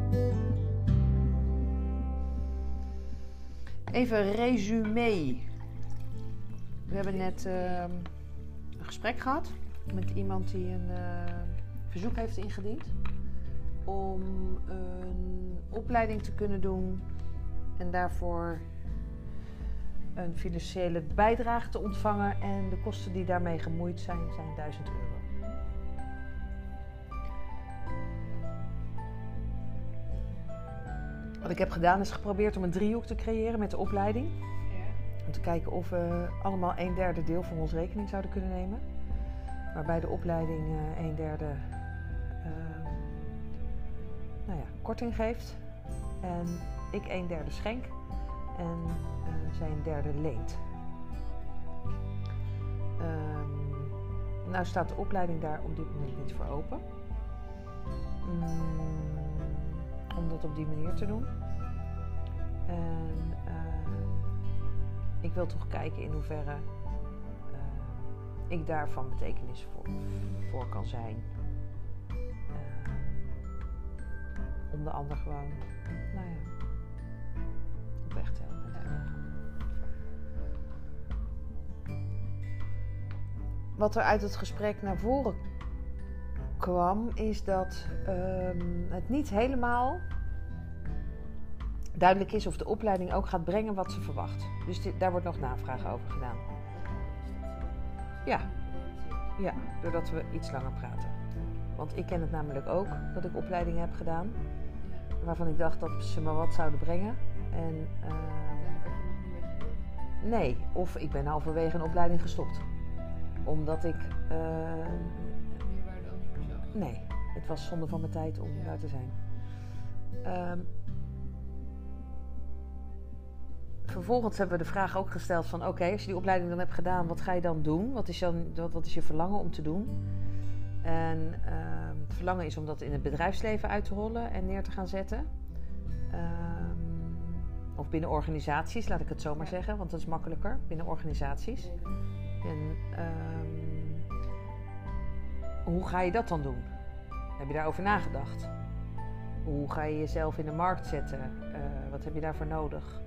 Even resume. We hebben net een gesprek gehad met iemand die een verzoek heeft ingediend om een opleiding te kunnen doen en daarvoor een financiële bijdrage te ontvangen en de kosten die daarmee gemoeid zijn €1000. Wat ik heb gedaan is geprobeerd om een driehoek te creëren met de opleiding. Om te kijken of we allemaal 1/3 deel voor ons rekening zouden kunnen nemen. Waarbij de opleiding 1/3 korting geeft. En ik 1/3 schenk. En zij 1/3 leent. Nou staat de opleiding daar op dit moment niet voor open. Om dat op die manier te doen. En ik wil toch kijken in hoeverre ik daar van betekenis voor kan zijn. Om de ander gewoon, op weg te helpen. Wat er uit het gesprek naar voren kwam, is dat het niet helemaal duidelijk is of de opleiding ook gaat brengen wat ze verwacht. Dus daar wordt nog navraag over gedaan. Ja, doordat we iets langer praten. Want ik ken het namelijk ook, dat ik opleidingen heb gedaan waarvan ik dacht dat ze me wat zouden brengen. En nee, of ik ben halverwege een opleiding gestopt. Omdat ik nee, het was zonde van mijn tijd om daar te zijn. Vervolgens hebben we de vraag ook gesteld van oké, als je die opleiding dan hebt gedaan, wat ga je dan doen? Wat is je verlangen om te doen? En het verlangen is om dat in het bedrijfsleven uit te rollen en neer te gaan zetten. Of binnen organisaties, laat ik het zo maar zeggen, want dat is makkelijker, binnen organisaties. En hoe ga je dat dan doen? Heb je daarover nagedacht? Hoe ga je jezelf in de markt zetten? Wat heb je daarvoor nodig?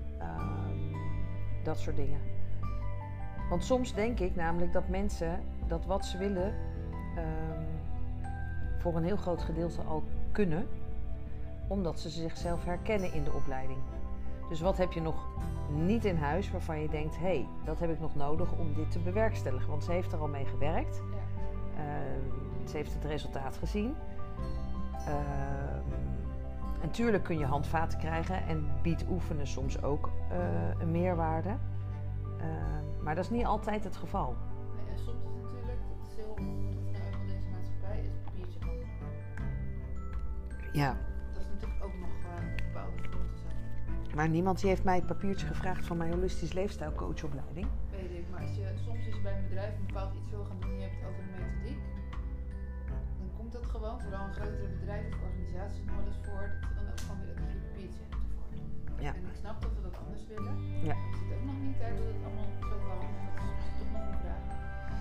Dat soort dingen. Want soms denk ik namelijk dat mensen dat wat ze willen voor een heel groot gedeelte al kunnen, omdat ze zichzelf herkennen in de opleiding. Dus wat heb je nog niet in huis waarvan je denkt, hé, dat heb ik nog nodig om dit te bewerkstelligen? Want ze heeft er al mee gewerkt. Ze heeft het resultaat gezien. En tuurlijk kun je handvaten krijgen en biedt oefenen soms ook een meerwaarde. Maar dat is niet altijd het geval. Nee, en soms is het natuurlijk, dat is heel nou van deze maatschappij, is papiertje van. Ja. Dat is natuurlijk ook nog een bepaalde vorm te zijn. Maar niemand die heeft mij het papiertje gevraagd van mijn holistisch leefstijlcoachopleiding. Weet ik, maar soms is bij een bedrijf een bepaald iets wil gaan doen en je hebt het over een methodiek. Dan komt dat gewoon, vooral in grotere bedrijven of organisaties nog wel eens voor, dat ze dan ook gewoon weer dat papiertje hebben ervoor. Ja. En ik snap dat we dat anders willen. Ja. Maar het zit ook nog niet uit dat het allemaal zo kan. En dat is toch nog een vraag.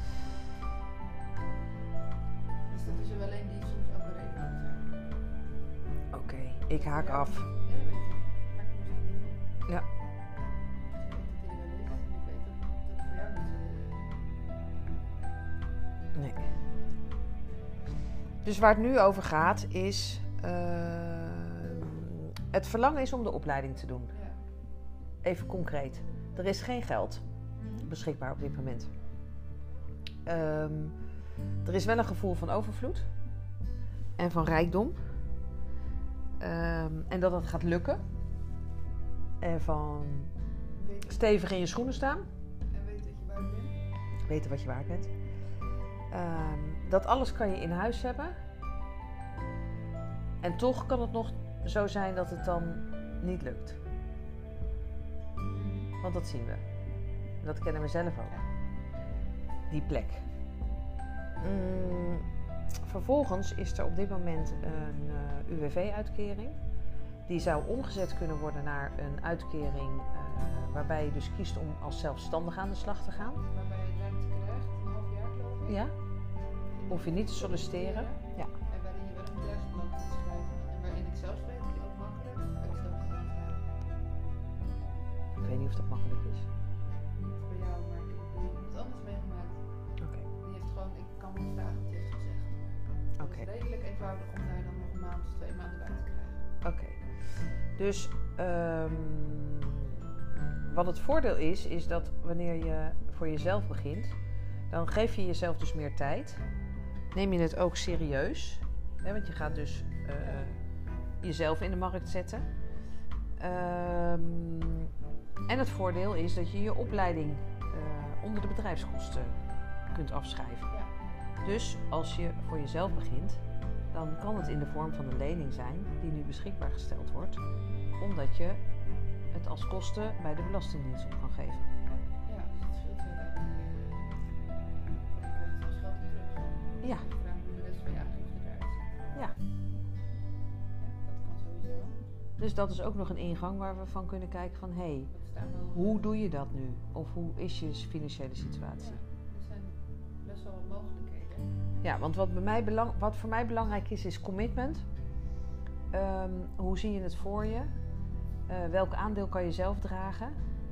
Dus dat is er wel een die soms ook een reden kan zijn. Oké, ik haak af. Ja, dat weet ik. Maar ik moest het doen. Ja. Dus ik weet dat hij er wel is. En ik weet dat het voor jou niet zo is. Nee. Dus waar het nu over gaat is het verlangen is om de opleiding te doen. Ja. Even concreet. Er is geen geld beschikbaar op dit moment. Er is wel een gevoel van overvloed en van rijkdom. En dat het gaat lukken. En van stevig in je schoenen staan. En weet dat je waard bent. Weten wat je waard bent. Dat alles kan je in huis hebben. En toch kan het nog zo zijn dat het dan niet lukt. Want dat zien we. En dat kennen we zelf ook. Die plek. Vervolgens is er op dit moment een UWV-uitkering. Die zou omgezet kunnen worden naar een uitkering waarbij je dus kiest om als zelfstandig aan de slag te gaan. Waarbij je ruimte krijgt, een half jaar geloof ik. Ja. Hoef je niet te solliciteren. Ja. En waarin je wel een bedrijfsplan kunt schrijven. En waarin ik zelfs weet niet of dat makkelijk is. Niet bij jou, maar ik heb bij iemand anders meegemaakt. Oké. Die heeft gewoon, ik kan wel vragen wat hij heeft gezegd. Maar Oké. het is redelijk eenvoudig om daar dan nog een maand of 2 maanden bij te krijgen. Oké. Dus wat het voordeel is dat wanneer je voor jezelf begint, dan geef je jezelf dus meer tijd. Neem je het ook serieus. Hè, want je gaat dus jezelf in de markt zetten. En het voordeel is dat je je opleiding onder de bedrijfskosten kunt afschrijven. Ja. Dus als je voor jezelf begint, dan kan het in de vorm van een lening zijn die nu beschikbaar gesteld wordt, omdat je het als kosten bij de Belastingdienst op kan geven. Ja, dus het scheelt zo uiteindelijk. Je krijgt zelfs geld op terug. Ja. Je vraagt hoe de rest van je aangifte eruit ziet. Ja. Ja, dat kan sowieso. Dus dat is ook nog een ingang waar we van kunnen kijken van hé, Dat staan wel. hoe doe je dat nu? Of hoe is je financiële situatie? Ja, er zijn best wel wat mogelijkheden. Ja, want wat voor mij belangrijk is commitment. Hoe zie je het voor je? Welk aandeel kan je zelf dragen?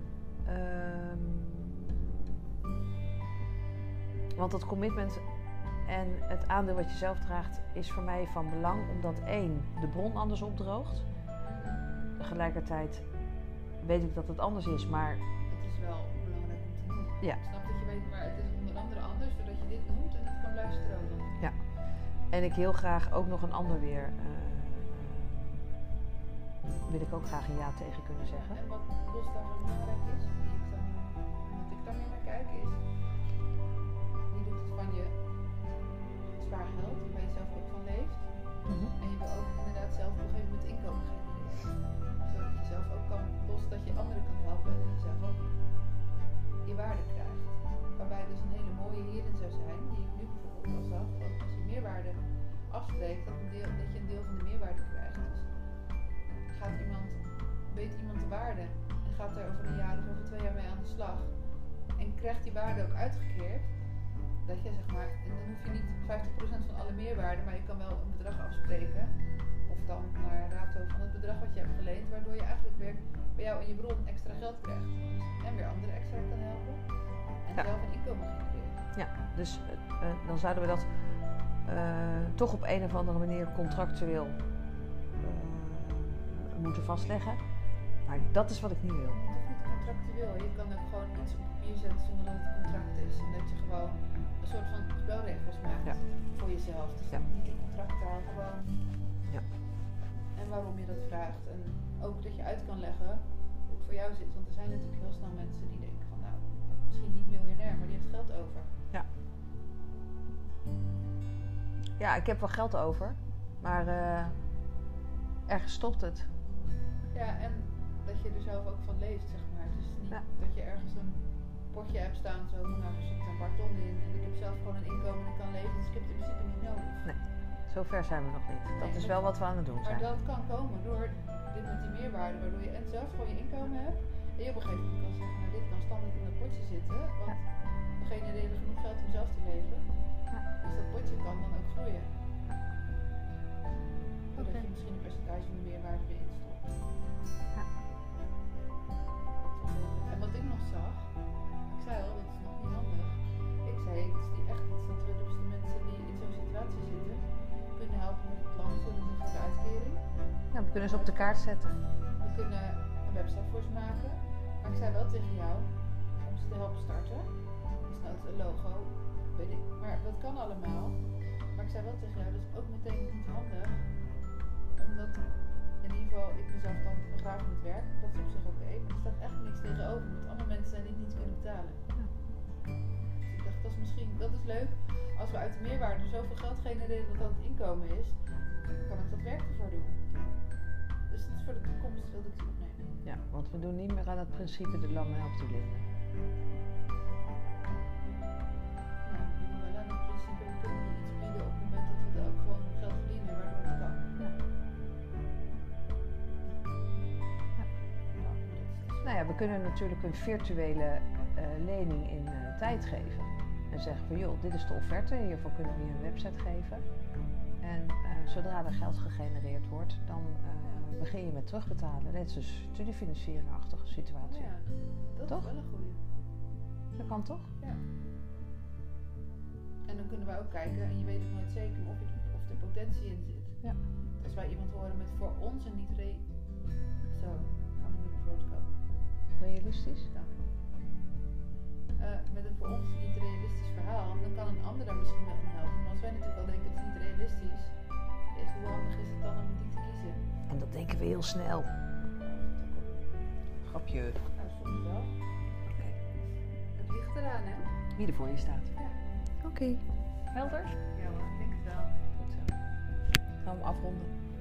Want dat commitment en het aandeel wat je zelf draagt is voor mij van belang, omdat 1, de bron anders opdroogt. Tegelijkertijd weet ik dat het anders is, maar Het is wel belangrijk om te noemen. Ja. Ik snap dat je weet, maar het is onder andere anders doordat je dit noemt en het kan blijven stromen. en ik heel graag ook nog een ander weer wil ik ook graag een ja tegen kunnen zeggen. En wat los daarvan belangrijk is, wat ik dan weer naar kijk, is je doet het van je spaargeld, waar je zelf ook van leeft. En je wil ook inderdaad zelf op een gegeven moment inkomen genereren. Zodat je zelf ook kan, los dat je anderen kan helpen en dat je zelf ook je waarde krijgt. Waarbij dus een hele mooie hierin zou zijn, die ik nu bijvoorbeeld al zag, dat als je meerwaarde afspreekt, dat je een deel van de meerwaarde krijgt. Dus weet iemand de waarde en gaat er over een jaar of over 2 jaar mee aan de slag en krijgt die waarde ook uitgekeerd, dat je zeg maar, en dan hoef je niet 50% van alle meerwaarde, maar je kan wel een bedrag afspreken of dan naar rato van het bedrag wat je hebt geleend, waardoor je eigenlijk weer bij jou in je bron extra geld krijgt en weer anderen extra kan helpen en zelf een inkomen genereren. Ja, dus dan zouden we dat toch op een of andere manier contractueel moeten vastleggen. Maar dat is wat ik niet wil. Het hoeft niet contractueel. Je kan ook gewoon iets op papier zetten zonder dat het een contract is. En dat je gewoon een soort van spelregels maakt voor jezelf. Dus niet in contracttaal, gewoon. Ja. En waarom je dat vraagt. En ook dat je uit kan leggen hoe het voor jou zit. Want er zijn natuurlijk heel snel mensen die denken van nou, misschien niet miljonair, maar die heeft geld over. Ja, ik heb wel geld over. Maar ergens stopt het. Ja, en dat je er zelf ook van leeft, zeg maar. Dus niet dat je ergens een potje hebt staan, zo, nou, er zit een paar ton in en ik heb zelf gewoon een inkomen en ik kan leven, dus ik heb het in principe niet nodig. Nee, zover zijn we nog niet. Dat is wel wat we aan het doen zijn. Maar dat kan komen door dit met die meerwaarde, waardoor je en zelf gewoon je inkomen hebt en je op een gegeven moment kan zeggen, nou, dit kan standaard in dat potje zitten, want we genereren genoeg geld om zelf te leven. Dus dat potje kan dan ook groeien. Doordat je misschien een percentage van de meerwaarde weer instopt. En wat ik nog zag, ik zei al, dat is nog niet handig. Ik zei, het is niet echt iets dat we dus de mensen die in zo'n situatie zitten, kunnen helpen met het plan voor de uitkering. Ja, we kunnen ze op de kaart zetten. We kunnen een website voor ze maken. Maar ik zei wel tegen jou, om ze te helpen starten. Dus nou het logo, weet ik. Maar dat kan allemaal. Maar ik zei wel tegen jou, dat is ook meteen niet handig. Omdat in ieder geval ik mezelf dan begraaf in het werk. Dat is op zich oké. Maar er staat echt niks tegenover. Want allemaal mensen zijn die niet kunnen betalen. Ja. Dus ik dacht, dat is leuk. Als we uit de meerwaarde zoveel geld genereren dat dat het inkomen is, kan ik dat werk ervoor doen. Dus dat is voor de toekomst wilde ik het opnemen. Ja, want we doen niet meer aan het principe de lam helpt de blinde. Nou, we doen wel aan het principe, we kunnen niet iets bieden op het moment dat we er ook gewoon geld verdienen, waardoor het kan. Ja. Nou ja, we kunnen natuurlijk een virtuele lening in tijd geven. En zeggen van joh, dit is de offerte, hiervoor kunnen we je een website geven. En zodra er geld gegenereerd wordt, dan begin je met terugbetalen. Net zoals een studiefinanciering-achtige situatie. Ja, dat Toch? is wel een goeie. Dat kan toch? Ja. En dan kunnen wij ook kijken, en je weet het nooit zeker, maar of er potentie in zit. Ja. Als wij iemand horen met voor ons een niet Zo, kan niet meer het woord komen. Realistisch? Dank u. Met een voor ons niet realistisch verhaal, dan kan een ander daar misschien wel in helpen. Maar als wij natuurlijk wel denken, het is niet realistisch, is hoe handig is het dan om die te kiezen? En dat denken we heel snel. Grapje. Nou, soms wel. Oké. Het ligt eraan, hè? Wie er voor je staat. Ja. Oké. Helder? Ja hoor, ik denk het wel. Goed zo. Gaan we hem afronden?